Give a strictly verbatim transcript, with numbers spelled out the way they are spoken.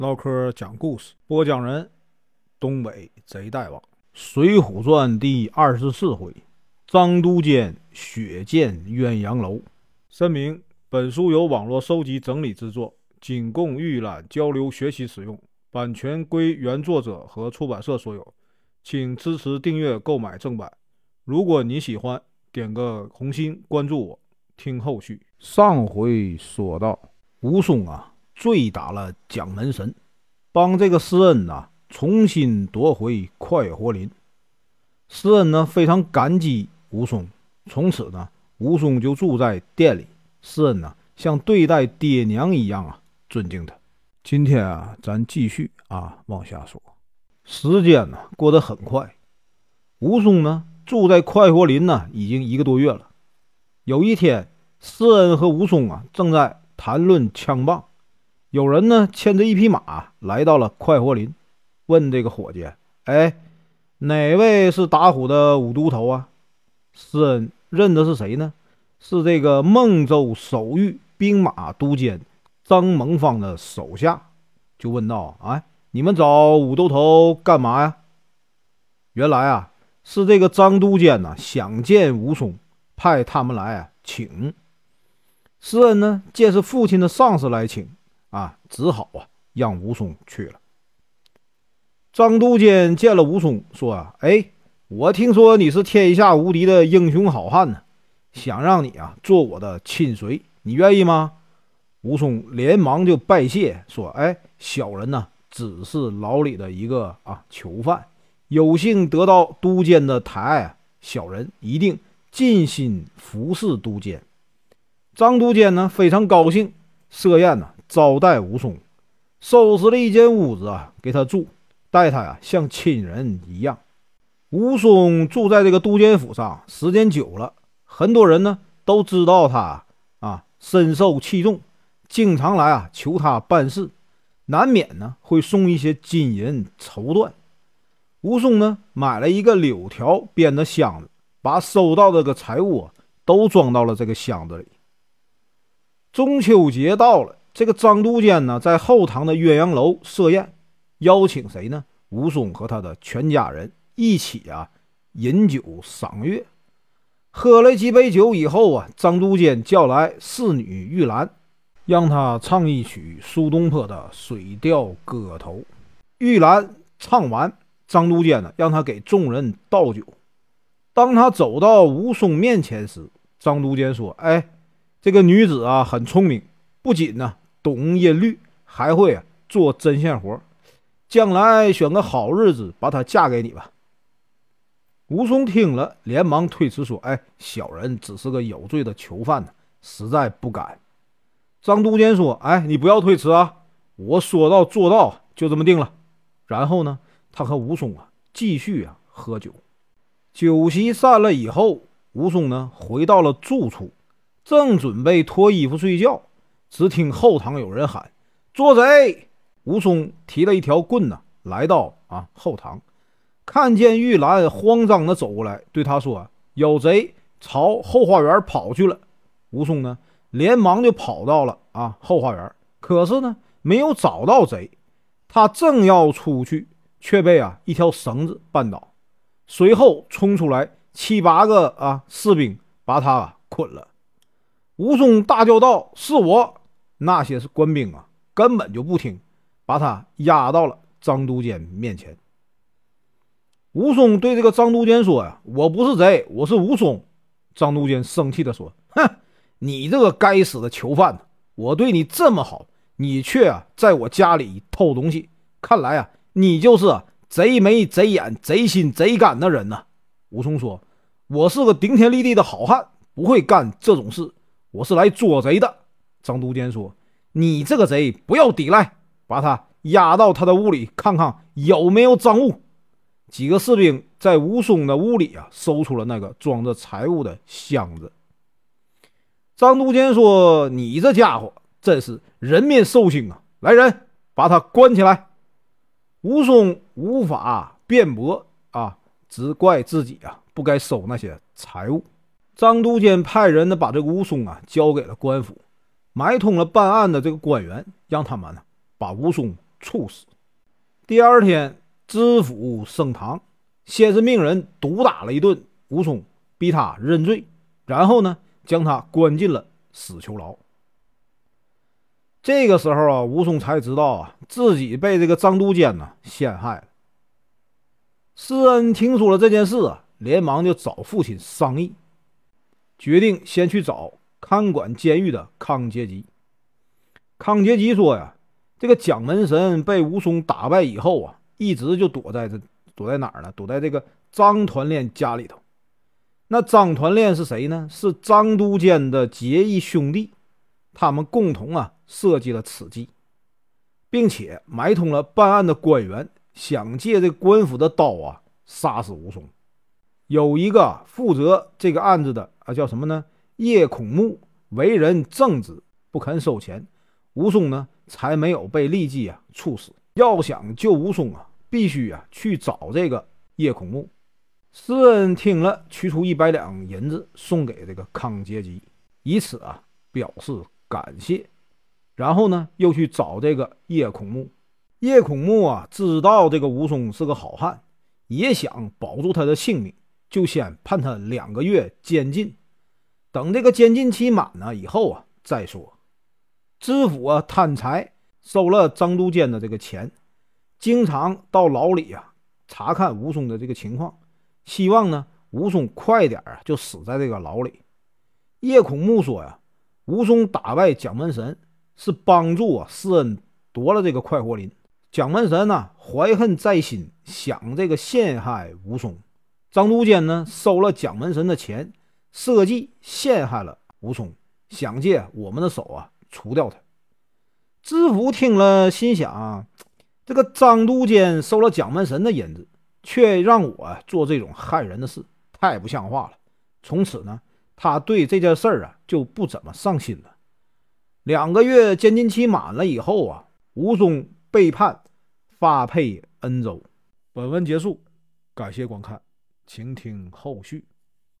唠嗑讲故事，播讲人东北贼大王。水浒传第二十四回，张都监血溅鸳鸯楼。声明：本书由网络收集整理制作，仅供预览、交流、学习使用，版权归原作者和出版社所有，请支持订阅、购买正版。如果你喜欢，点个红心，关注我，听后续。上回说到，武松啊醉打了蒋门神，帮这个施恩呐、啊、重新夺回快活林。施恩呢非常感激武松，从此呢武松就住在店里，施恩呢像对待爹娘一样啊尊敬他。今天啊咱继续啊往下说。时间呢过得很快，武松呢住在快活林呢已经一个多月了。有一天，施恩和武松啊正在谈论枪棒。有人呢牵着一匹马来到了快活林，问这个伙计：哎，哪位是打虎的武都头啊？施恩认的是谁呢？是这个孟州守御兵马都监张蒙方的手下。就问道：哎，你们找武都头干嘛呀？原来啊是这个张都监呢想见武松，派他们来啊请。施恩呢见是父亲的上司来请啊，只好啊让武松去了。张都监见了武松，说啊，哎，我听说你是天下无敌的英雄好汉呢，想让你啊做我的亲随，你愿意吗？武松连忙就拜谢，说，哎，小人呢只是牢里的一个啊囚犯，有幸得到都监的抬爱啊，小人一定尽心服侍都监。张都监呢非常高兴，设宴呢招待武松，收拾了一间屋子啊给他住，待他呀像亲人一样。武松住在这个都监府上时间久了，很多人呢都知道他啊深受器重，经常来啊求他办事，难免呢会送一些金银绸缎。武松呢买了一个柳条编的箱子，把收到这个财物啊都装到了这个箱子里。中秋节到了，这个张都监呢在后堂的鸳鸯楼设宴，邀请谁呢？武松和他的全家人一起啊饮酒赏月。喝了几杯酒以后啊，张都监叫来侍女玉兰，让他唱一曲苏东坡的《水调歌头》。玉兰唱完，张都监呢让他给众人倒酒。当他走到武松面前时，张都监说，哎，这个女子啊很聪明，不仅呢懂音律，还会啊做针线活，将来选个好日子把她嫁给你吧。武松听了连忙推辞说，哎，小人只是个有罪的囚犯呢，实在不敢。张都监说，哎，你不要推辞啊，我说到做到，就这么定了。然后呢他和武松啊继续啊喝酒。酒席散了以后，武松呢回到了住处，正准备脱衣服睡觉，只听后堂有人喊，捉贼！武松提了一条棍呢，来到啊后堂，看见玉兰慌张的走过来，对他说，有贼朝后花园跑去了。武松呢连忙就跑到了啊后花园，可是呢没有找到贼。他正要出去，却被啊一条绳子绊倒，随后冲出来七八个啊士兵把他啊捆了。武松大叫道，是我！那些是官兵啊根本就不听，把他押到了张都监面前。武松对这个张都监说呀，我不是贼，我是武松。张都监生气地说，哼，你这个该死的囚犯，我对你这么好，你却啊在我家里偷东西，看来啊你就是啊贼眉贼眼贼心贼肝的人呐。武松说，我是个顶天立地的好汉，不会干这种事，我是来捉贼的。张都监说，你这个贼不要抵赖，把他押到他的屋里看看有没有赃物。几个士兵在武松的屋里啊搜出了那个装着财物的箱子。张都监说，你这家伙真是人面兽心啊，来人，把他关起来。武松无法辩驳啊，只怪自己啊不该收那些财物。张都监派人呢把这个武松啊交给了官府，买通了办案的这个官员，让他们呢把武松处死。第二天，知府升堂，先是命人毒打了一顿吴松，逼他认罪，然后呢，将他关进了死囚牢。这个时候啊，吴松才知道啊，自己被这个张都监呢陷害了。施恩听说了这件事啊，连忙就找父亲商议，决定先去找看管监狱的康节吉。康节吉说呀，这个蒋门神被吴松打败以后啊，一直就躲在这躲在哪儿呢？躲在这个张团练家里头。那张团练是谁呢？是张都监的结义兄弟，他们共同啊设计了此计，并且买通了办案的官员，想借这个官府的刀啊杀死吴松。有一个负责这个案子的啊，叫什么呢？叶孔目，为人正直，不肯收钱，吴松呢才没有被立即啊处死。要想救吴松啊，必须啊去找这个叶孔目。施恩听了，取出一百两银子送给这个康节吉，以此啊表示感谢。然后呢，又去找这个叶孔目。叶孔目啊知道这个吴松是个好汉，也想保住他的性命，就先判他两个月监禁，等这个监禁期满了以后啊再说。知府啊贪财，收了张都监的这个钱，经常到牢里啊查看吴松的这个情况，希望呢吴松快点啊就死在这个牢里。叶孔目说呀，吴松打败蒋门神是帮助啊施恩夺了这个快活林，蒋门神呢、啊、怀恨在心，想这个陷害吴松。张都监呢收了蒋门神的钱，设计陷害了吴松，想借我们的手啊除掉他。知府听了心想啊，这个张都监收了蒋门神的银子，却让我做这种害人的事，太不像话了。从此呢，他对这件事儿啊就不怎么上心了。两个月监禁期满了以后啊，吴松被判发配恩州。本文结束，感谢观看，请听后续。